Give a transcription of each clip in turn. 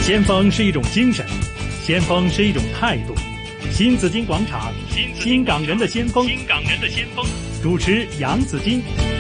先锋是一种精神，先锋是一种态度。新紫金广场，新港人的先锋，主持杨紫金。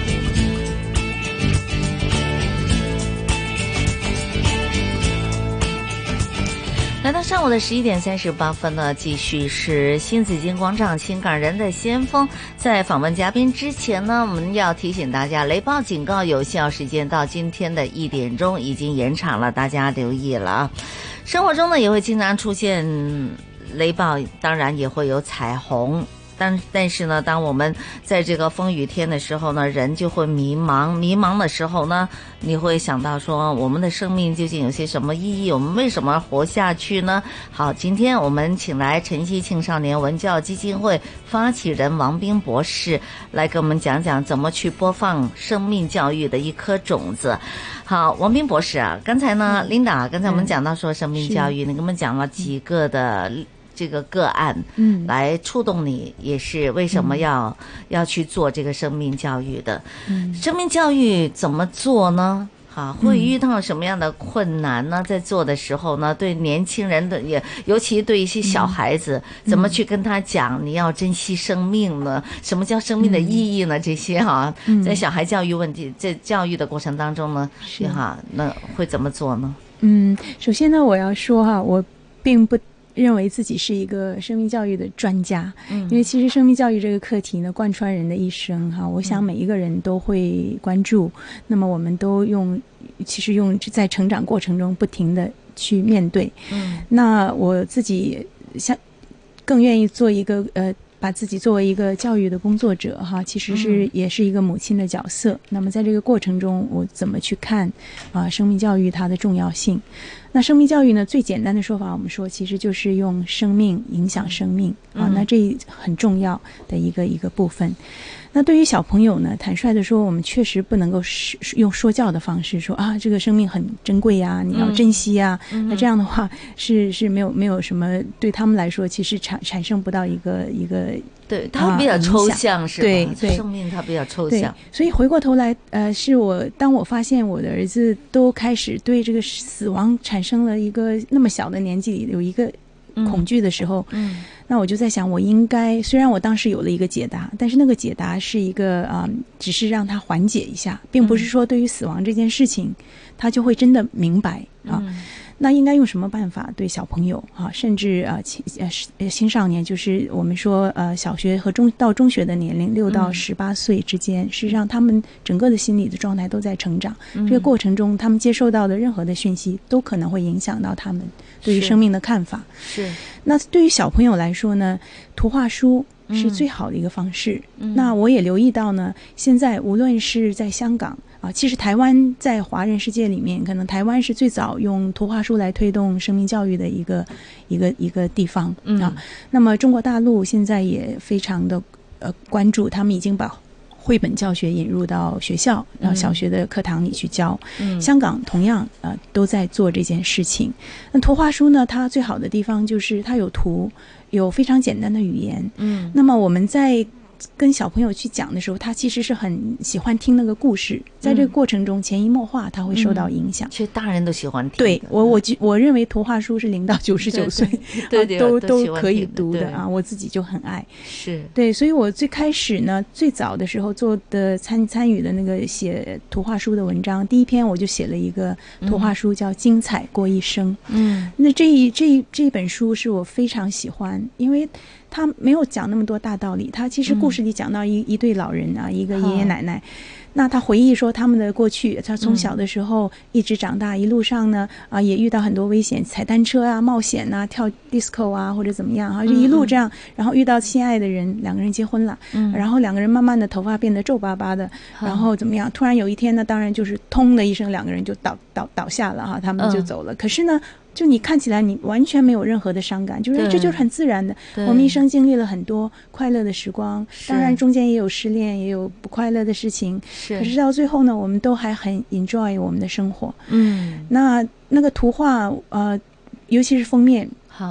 来到上午的11点38分呢，继续是新紫金广场新港人的先锋。在访问嘉宾之前呢，我们要提醒大家，雷暴警告有效时间到今天的1点钟已经延长了，大家留意了啊。生活中呢也会经常出现雷暴，当然也会有彩虹。但是呢，当我们在这个风雨天的时候呢，人就会迷茫的时候呢，你会想到说，我们的生命究竟有些什么意义？我们为什么活下去呢？好，今天我们请来晨曦青少年文教基金会发起人王斌博士来给我们讲讲怎么去播放生命教育的一颗种子。好，王斌博士啊，刚才呢，Linda，刚才我们讲到说生命教育，你给我们讲了几个的这个个案，来触动你，也是为什么要去做这个生命教育的。生命教育怎么做呢？会遇到什么样的困难呢？在做的时候呢，对年轻人的也尤其对一些小孩子，怎么去跟他讲你要珍惜生命呢？什么叫生命的意义呢？这些在小孩教育问题，在教育的过程当中呢，那会怎么做呢？ 首先呢，我要说我并不认为自己是一个生命教育的专家，因为其实生命教育这个课题呢，贯穿人的一生我想每一个人都会关注，那么我们都其实用在成长过程中不停的去面对。那我自己更愿意做一个把自己作为一个教育的工作者其实也是一个母亲的角色。那么在这个过程中，我怎么去看生命教育它的重要性？那生命教育呢，最简单的说法，我们说其实就是用生命影响生命那这很重要的一个部分。那对于小朋友呢，坦率的说，我们确实不能够用说教的方式说这个生命很珍贵呀，你要珍惜呀。那这样的话是没有什么，对他们来说其实产生不到一个对，它比较抽象，是吧？ 对， 生命它比较抽象。 所以回过头来，当我发现我的儿子都开始对这个死亡产生了一个那么小的年纪里有一个恐惧的时候，那我就在想，我应该，虽然我当时有了一个解答，但是那个解答是一个只是让他缓解一下，并不是说对于死亡这件事情，他就会真的明白那应该用什么办法对小朋友甚至青少年，就是我们说小学和到中学的年龄6到18岁之间，事实上他们整个的心理的状态都在成长，这个过程中他们接受到的任何的讯息都可能会影响到他们对于生命的看法。 是。 那对于小朋友来说呢，图画书是最好的一个方式。那我也留意到呢，现在无论是在香港其实台湾在华人世界里面，可能台湾是最早用图画书来推动生命教育的一个地方那么中国大陆现在也非常的关注，他们已经把绘本教学引入到学校，然后小学的课堂里去教。香港同样都在做这件事情。那图画书呢，它最好的地方就是它有图，有非常简单的语言。那么我们在跟小朋友去讲的时候，他其实是很喜欢听那个故事，在这个过程中潜移默化他会受到影响。 其实大人都喜欢听。 对，我认为图画书是0到99岁都可以读的我自己就很爱。 是对，所以我最开始呢，最早的时候做的参与的那个写图画书的文章，第一篇我就写了一个图画书叫《精彩过一生》。那这一本书是我非常喜欢，因为他没有讲那么多大道理，他其实故事里讲到一对老人一个爷爷奶奶，那他回忆说他们的过去，他从小的时候一直长大，一路上呢也遇到很多危险，踩单车冒险跳 disco 或者怎么样就一路这样，然后遇到心爱的人，2个人结婚了，然后2个人慢慢的头发变得皱巴巴的，然后怎么样，突然有一天呢，当然就是通的一声，2个人就倒下了他们就走了。可是呢，就你看起来你完全没有任何的伤感，就是这就是很自然的。我们一生经历了很多快乐的时光，当然中间也有失恋，也有不快乐的事情，可是到最后呢，我们都还很 enjoy 我们的生活。那个图画尤其是封面， 好，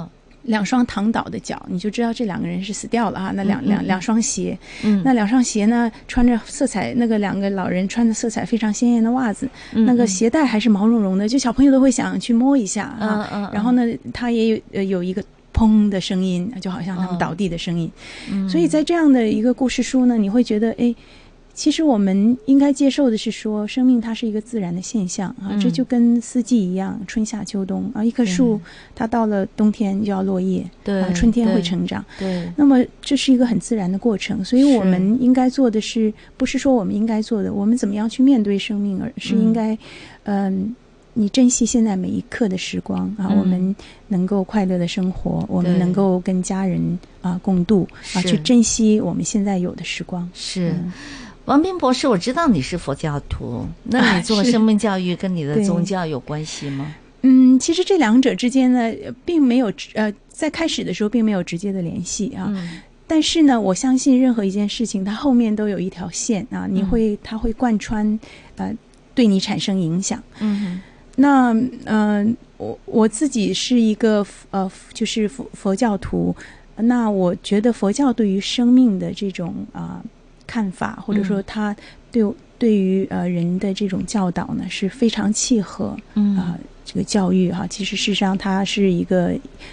两双躺倒的脚，你就知道这两个人是死掉了那两双鞋，那两双鞋呢穿着色彩，那个两个老人穿着色彩非常鲜艳的袜子，那个鞋带还是毛茸茸的，就小朋友都会想去摸一下然后呢，他也有一个砰的声音，就好像他们倒地的声音。所以在这样的一个故事书呢，你会觉得其实我们应该接受的是说，生命它是一个自然的现象这就跟四季一样，春夏秋冬一棵树它到了冬天就要落叶，对春天会成长，对。那么这是一个很自然的过程，所以我们应该做的是，不是说我们应该做的，我们怎么样去面对生命，而是应该你珍惜现在每一刻的时光我们能够快乐的生活，我们能够跟家人共度去珍惜我们现在有的时光。 是。王斌博士，我知道你是佛教徒，那你做生命教育跟你的宗教有关系吗？ 其实这两者之间呢，并没有在开始的时候并没有直接的联系但是呢，我相信任何一件事情，它后面都有一条线它会贯穿对你产生影响。那我自己是一个就是佛教徒，那我觉得佛教对于生命的这种看法，或者说他对于人的这种教导呢，是非常契合这个教育其实事实上它是一个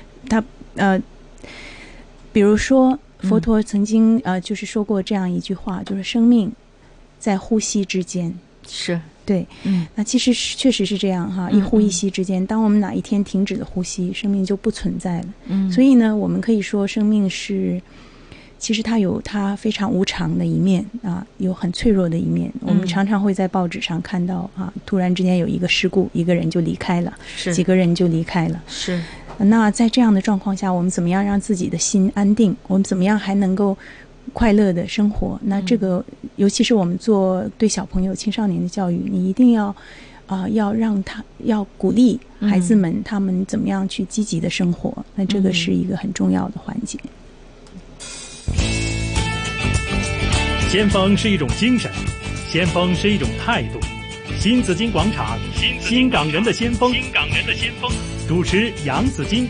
比如说佛陀曾经就是说过这样一句话，就是生命在呼吸之间。 是对，那其实确实是这样一呼一吸之间，当我们哪一天停止了呼吸，生命就不存在了。所以呢，我们可以说生命是。其实它有它非常无常的一面有很脆弱的一面。我们常常会在报纸上看到突然之间有一个事故，一个人就离开了，几个人就离开了。是。那在这样的状况下，我们怎么样让自己的心安定？我们怎么样还能够快乐的生活？那这个，尤其是我们做对小朋友、青少年的教育，你一定要让要鼓励孩子们他们怎么样去积极的生活。那这个是一个很重要的环节。 先锋是一种精神，先锋是一种态度。新紫金广场，新港人的先锋，主持杨紫金。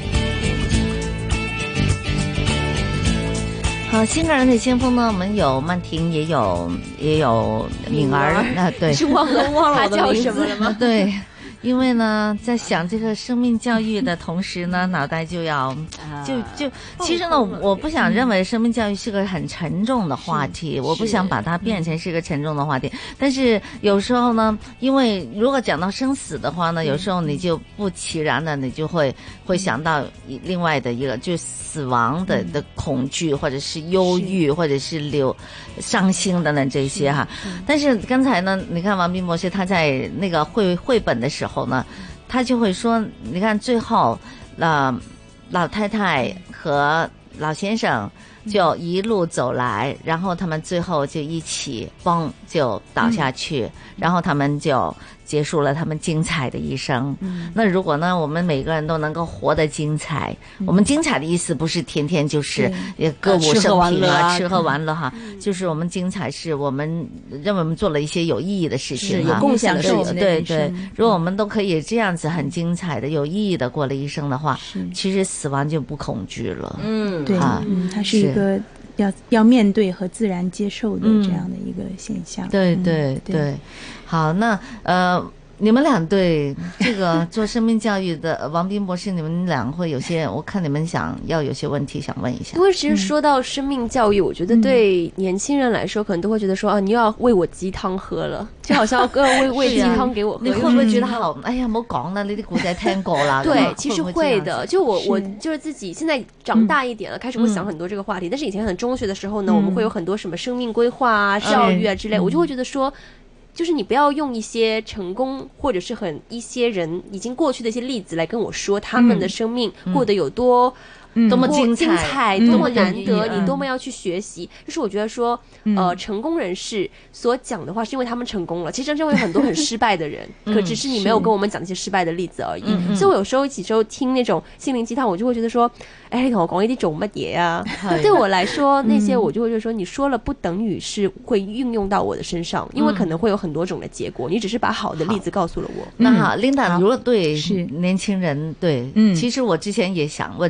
好，新港人的先锋呢，我们有曼婷，也有敏儿对， 是忘了他叫什么了吗？ 对。因为呢，在想这个生命教育的同时呢，脑袋就要其实呢，我不想认为生命教育是个很沉重的话题，我不想把它变成是一个沉重的话题。但是有时候呢，因为如果讲到生死的话呢，有时候你就不其然的，你就会想到另外的一个，就是死亡的恐惧，或者是忧郁，或者是伤心等等这些但是刚才呢，你看王斌博士他在那个绘本的时候呢，他就会说，你看最后老太太和老先生就一路走来，然后他们最后就一起嘣就倒下去，然后他们就结束了他们精彩的一生。那如果呢，我们每个人都能够活得精彩，我们精彩的意思不是天天就是歌舞升平吃喝玩乐就是我们精彩是我们认为我们做了一些有意义的事情有贡献的事情。 对，如果我们都可以这样子很精彩的有意义的过了一生的话，其实死亡就不恐惧了。 对它是一个要面对和自然接受的这样的一个现象。 对。好，那你们俩对这个做生命教育的王斌博士，你们俩会有些，我看你们有些问题想问一下。 因为其实说到生命教育，我觉得对年轻人来说，可能都会觉得说你又要喂我鸡汤喝了，就好像喂鸡汤给我喝。 你会不会觉得好？哎呀，唔好講啦，呢啲故仔聽過啦。 对，其实会的。就我就是自己现在长大一点了，开始会想很多这个话题。但是以前很中学的时候呢，我们会有很多什么生命规划教育之类，我就会觉得说。就是你不要用一些成功或者是一些人已经过去的一些例子来跟我说他们的生命过得有多么精彩， 多么难得，你多么要去学习。就是我觉得说成功人士所讲的话是因为他们成功了，其实真正会有很多很失败的人可只是你没有跟我们讲那些失败的例子而已。所以我有时候听那种心灵鸡汤，我就会觉得说你同我講呢啲做乜嘢啊？对我来说那些我就会觉得说你说了不等于是会运用到我的身上，因为可能会有很多种的结果，你只是把好的例子告诉了我。 那好，Linda，如果对年轻人其实我之前也想问这些问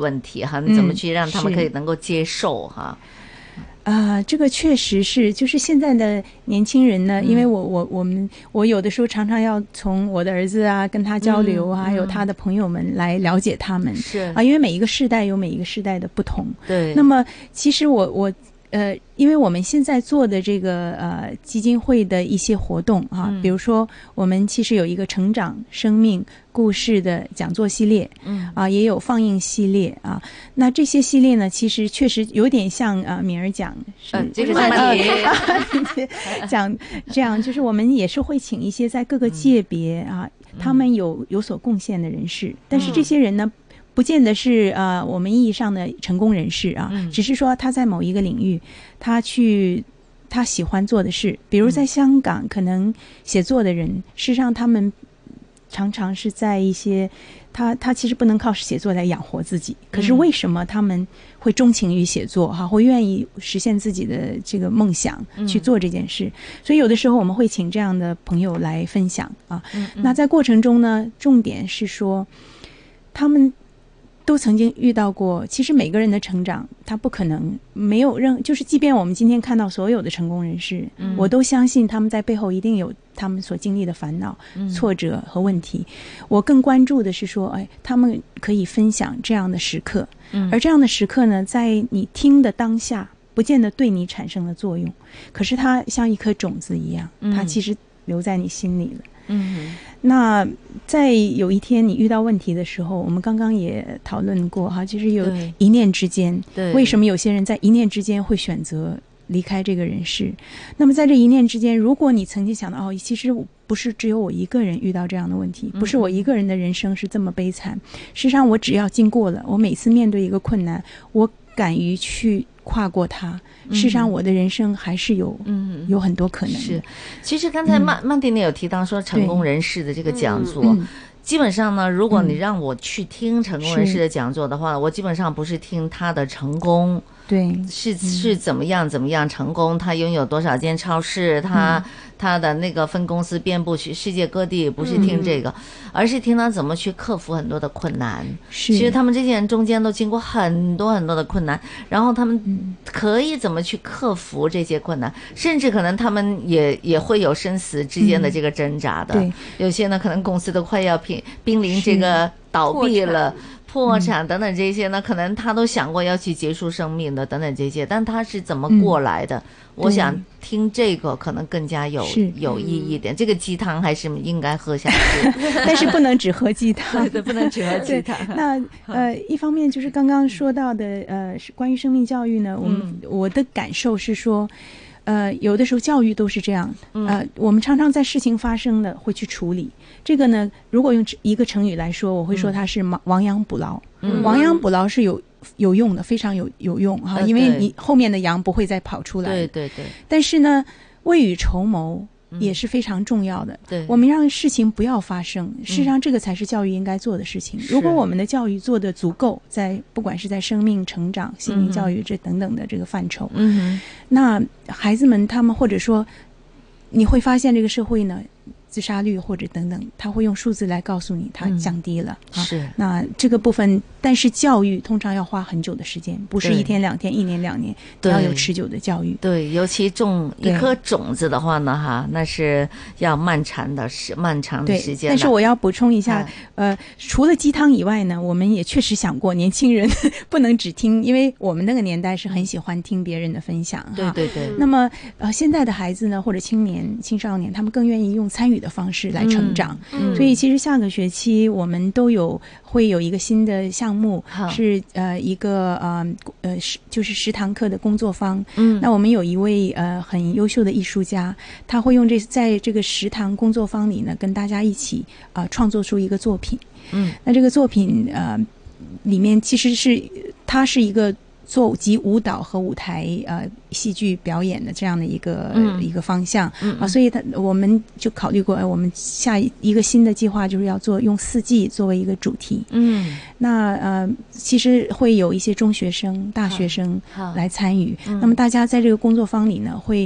问题哈，你怎么去让他们可以能够接受哈？ 这个确实是，就是现在的年轻人呢，因为我有的时候常常要从我的儿子啊跟他交流啊，还有他的朋友们来了解他们， 是因为每一个世代有每一个世代的不同。 对， 那么其实因为我们现在做的这个基金会的一些活动啊，比如说我们其实有一个成长生命故事的讲座系列，也有放映系列啊。那这些系列呢，其实确实有点像敏儿讲， 这个是曼妮讲这样，就是我们也是会请一些在各个界别啊，他们有所贡献的人士，但是这些人呢，不见得是我们意义上的成功人士啊，只是说他在某一个领域，他喜欢做的事，比如在香港，可能写作的人，事实上他们常常是在一些他其实不能靠写作来养活自己，可是为什么他们会钟情于写作会愿意实现自己的这个梦想去做这件事？所以有的时候我们会请这样的朋友来分享啊。那在过程中呢，重点是说他们都曾经遇到过，其实每个人的成长他不可能没有就是即便我们今天看到所有的成功人士，我都相信他们在背后一定有他们所经历的烦恼、挫折和问题。我更关注的是说，他们可以分享这样的时刻，而这样的时刻呢，在你听的当下不见得对你产生了作用，可是它像一颗种子一样，它其实留在你心里了。那在有一天你遇到问题的时候，我们刚刚也讨论过哈，就是有一念之间，为什么有些人在一念之间会选择离开这个人世？那么在这一念之间，如果你曾经想到其实不是只有我一个人遇到这样的问题，不是我一个人的人生是这么悲惨，事实上我只要经过了，我每次面对一个困难，我敢于去跨过它，事实上我的人生还是有很多可能的。 是，其实刚才曼蒂你有提到说成功人士的这个讲座，基本上呢，如果你让我去听成功人士的讲座的话，我基本上不是听他的成功， 对， 是怎么样成功，他拥有多少间超市，他的那个分公司遍布世界各地，不是听这个，而是听他怎么去克服很多的困难。其实他们这些人中间都经过很多很多的困难，然后他们可以怎么去克服这些困难，甚至可能他们也会有生死之间的这个挣扎的。有些呢可能公司都快要濒临这个倒闭了。破产等等这些呢，可能他都想过要去结束生命的等等这些，但他是怎么过来的？我想听这个可能更加有意义一点。这个鸡汤还是应该喝下去， 但是不能只喝鸡汤， 对，不能只喝鸡汤。 那一方面就是刚刚说到的关于生命教育呢，我的感受是说。有的时候教育都是这样，我们常常在事情发生了会去处理。这个呢，如果用一个成语来说，我会说它是亡羊补牢。亡羊补牢是有用的，非常有用哈，因为你后面的羊不会再跑出来。对。但是呢，未雨绸缪也是非常重要的。我们让事情不要发生，事实上这个才是教育应该做的事情。如果我们的教育做得足够，不管是在生命成长、心灵教育这等等的这个范畴，那孩子们他们或者说你会发现这个社会呢，自杀率或者等等，他会用数字来告诉你它降低了。 是。 那这个部分，但是教育通常要花很久的时间，不是1天2天、1年2年，要有持久的教育。 对，尤其种一颗种子的话呢，那是要漫长的时间。 但是我要补充一下，除了鸡汤以外呢，我们也确实想过，年轻人不能只听，因为我们那个年代是很喜欢听别人的分享。 对。 那么现在的孩子呢，或者青少年，他们更愿意用参与的方式来成长。所以其实下个学期我们会有一个新的项目，是一个就是10堂课的工作坊。那我们有一位很优秀的艺术家，他会用在这个10堂工作坊里呢，跟大家一起创作出一个作品。那这个作品里面其实它是一个做集舞蹈和舞台戏剧表演的这样的一个方向所以我们就考虑过，我们下一个新的计划就是要用4季作为一个主题。那其实会有一些中学生、大学生来参与。那么大家在这个工作坊里呢，会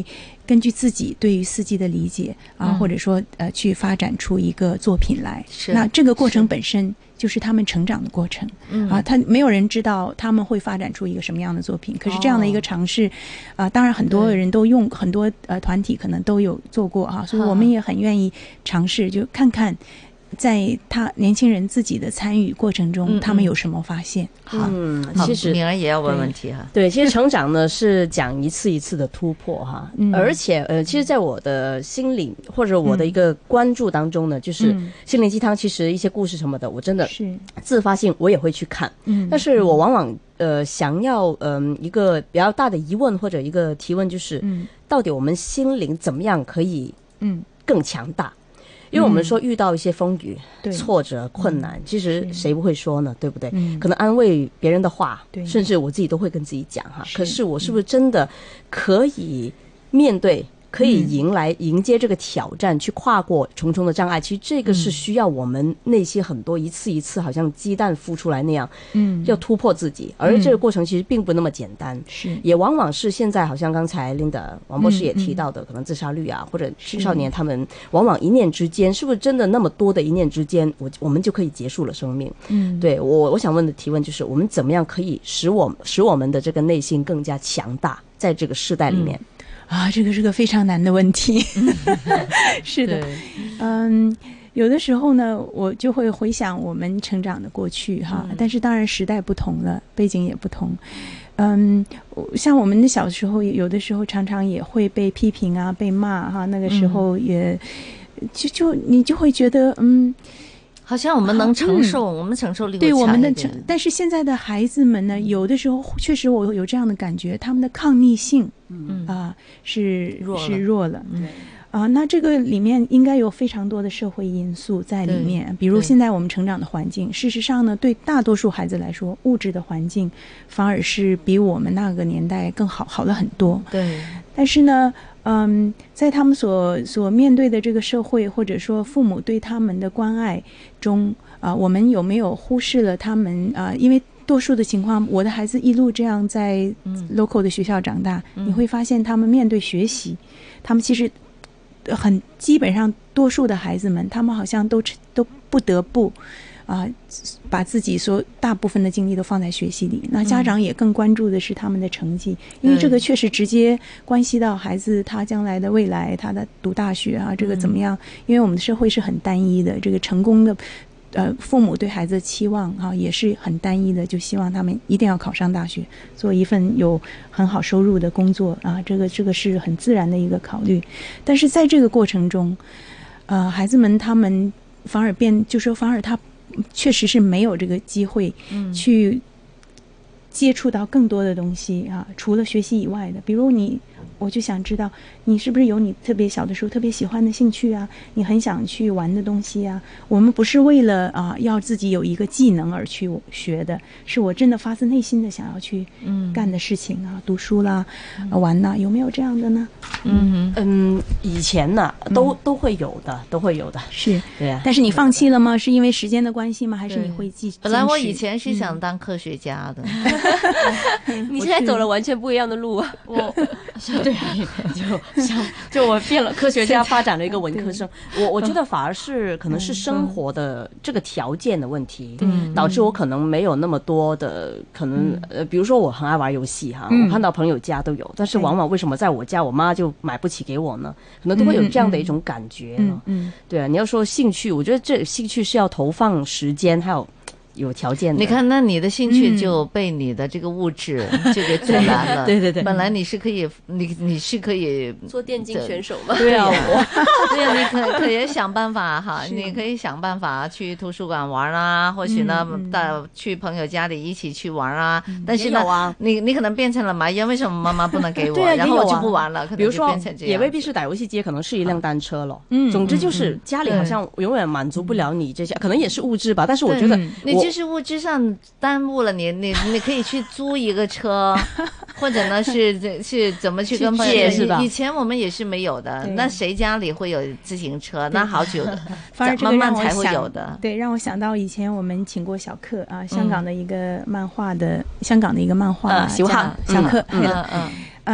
根据自己对于四季的理解啊，或者说去发展出一个作品来。那这个过程本身就是他们成长的过程啊，他没有人知道他们会发展出一个什么样的作品。可是这样的一个尝试当然很多人都用，很多团体可能都有做过哈，所以我们也很愿意尝试，就看看在他年轻人自己的参与过程中，他们有什么发现？ 其实敏儿也要问问题哈。 对，其实成长呢是讲一次一次的突破哈，而且其实，在我的心里或者我的一个关注当中呢，就是心灵鸡汤，其实一些故事什么的，我真的是自发性我也会去看，但是我往往想要一个比较大的疑问或者一个提问，就是到底我们心灵怎么样可以更强大？因为我们说遇到一些风雨、挫折、困难，其实谁不会说呢？对不对？可能安慰别人的话，甚至我自己都会跟自己讲哈。可是我是不是真的可以面对？可以迎接这个挑战，去跨过重重的障碍，其实这个是需要我们内心很多一次一次好像鸡蛋孵出来那样，要突破自己，而这个过程其实并不那么简单，也往往是现在好像刚才Linda王博士也提到的，可能自杀率啊，或者青少年他们往往一念之间，是不是真的那么多的一念之间，我们就可以结束了生命？对，我想问的提问就是，我们怎么样可以使我们的这个内心更加强大，在这个世代里面？ 这个是个非常难的问题。是的，有的时候呢，我就会回想我们成长的过去哈，但是当然时代不同了，背景也不同。像我们的小时候，有的时候常常也会被批评啊，被骂哈，那个时候也你就会觉得好像我们能承受，我们承受力对我们的但是现在的孩子们呢，有的时候确实我有这样的感觉，他们的抗逆性是弱了。那这个里面应该有非常多的社会因素在里面，比如现在我们成长的环境，事实上呢，对大多数孩子来说，物质的环境反而是比我们那个年代更好了很多。 对， 但是呢在他们所面对的这个社会，或者说父母对他们的关爱中我们有没有忽视了他们因为多数的情况，我的孩子一路这样在 local 的学校长大，你会发现他们面对学习，他们其实基本上多数的孩子们，他们好像都不得不把自己大部分的精力都放在学习里。那家长也更关注的是他们的成绩，因为这个确实直接关系到孩子他将来的未来，他的读大学这个怎么样？因为我们的社会是很单一的，这个成功的父母对孩子的期望也是很单一的，就希望他们一定要考上大学，做一份有很好收入的工作这个是很自然的一个考虑。但是在这个过程中孩子们他们反而他确实是没有这个机会去接触到更多的东西除了学习以外的，比如我就想知道你是不是有你特别小的时候特别喜欢的兴趣你很想去玩的东西我们不是为了要自己有一个技能而去学的，是我真的发自内心的想要去干的事情读书啦玩啦，有没有这样的呢？ 以前呢都会有的，是，对啊。 但是你放弃了吗？是因为时间的关系吗？还是你会本来我以前是想当科学家的， 你现在走了完全不一样的路对，就我变了科学家，发展了一个文科生。我觉得反而是可能是生活的这个条件的问题，导致我可能没有那么多的可能比如说我很爱玩游戏我看到朋友家都有，但是往往为什么在我家我妈就买不起给我呢？可能都会有这样的一种感觉对啊，你要说兴趣，我觉得这兴趣是要投放时间还有条件的。 你看，那你的兴趣就被你的这个物质就给阻拦了。 对， 本来你是可以，你是可以做电竞选手吗？ 对啊，对啊，你可以想办法你可以想办法去图书馆玩或许呢去朋友家里一起去玩但是呢，你可能变成了埋怨，为什么妈妈不能给我？ 对然后我就不玩了。 比如说，也未必是打游戏机，可能是一辆单车了。总之就是家里好像永远满足不了你这些，可能也是物质吧。但是我觉得就是物质上耽误了你可以去租一个车，或者呢是怎么去跟朋友是吧？ 以前我们也是没有的，那谁家里会有自行车？那好久的， 反而这个慢慢才会有的。 对，让我想到以前我们请过小克香港的一个漫画的，香港的一个漫画小克，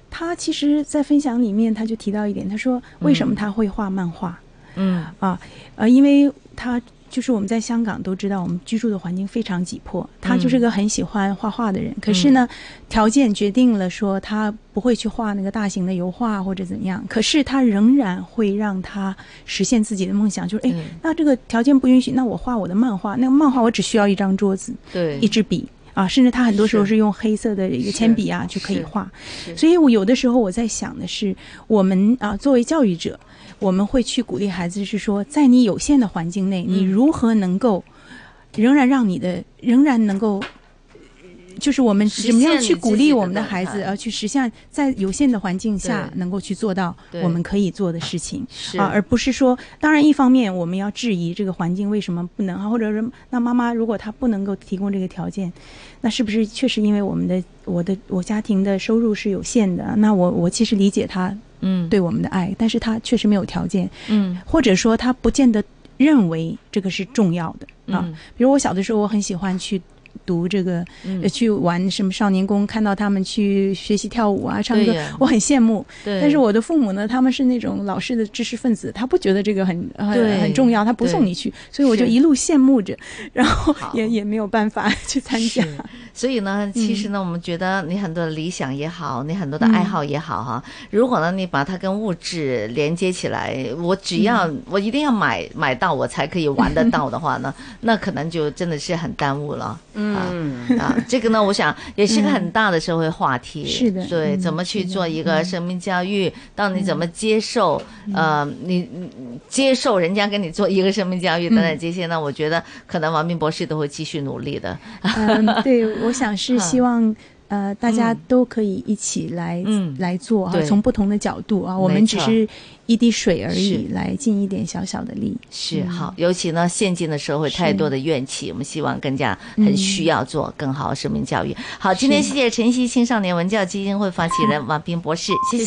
他其实在分享里面他就提到一点，他说为什么他会画漫画？因为他就是我们在香港都知道我们居住的环境非常挤迫，他就是个很喜欢画画的人，可是呢条件决定了说他不会去画那个大型的油画或者怎样，可是他仍然会让他实现自己的梦想，就是那这个条件不允许，那我画我的漫画，那个漫画我只需要一张桌子，对，一支笔甚至他很多时候是用黑色的一个铅笔就可以画。所以我有的时候我在想的是，我们作为教育者，我们会去鼓励孩子，是说在你有限的环境内，你如何能够仍然能够，就是我们怎么样去鼓励我们的孩子去实现在有限的环境下能够去做到我们可以做的事情而不是说，当然一方面我们要质疑这个环境为什么不能，或者是那妈妈如果她不能够提供这个条件，那是不是确实因为我家庭的收入是有限的，那我其实理解她对我们的爱，但是她确实没有条件，或者说她不见得认为这个是重要的比如我小的时候我很喜欢去读这个去玩什么少年宫，看到他们去学习跳舞唱歌，我很羡慕。但是我的父母呢，他们是那种老式的知识分子，他不觉得这个很重要，他不送你去，所以我就一路羡慕着，然后也没有办法去参加。 所以呢，其实呢，我们觉得你很多的理想也好，你很多的爱好也好如果呢你把它跟物质连接起来，我一定要买到我才可以玩得到的话呢，那可能就真的是很耽误了。这个呢，我想也是个很大的社会话题。是的，对，怎么去做一个生命教育，到你怎么接受，你接受人家跟你做一个生命教育等等这些呢，我觉得可能王斌博士都会继续努力的。 对，我想是希望大家都可以一起来做从不同的角度我们只是一滴水而已，来尽一点小小的力。 是好，尤其呢现今的社会太多的怨气，我们希望更加很需要做更好的生命教育。好，今天谢谢晨曦青少年文教基金会发起人王斌博士，谢谢。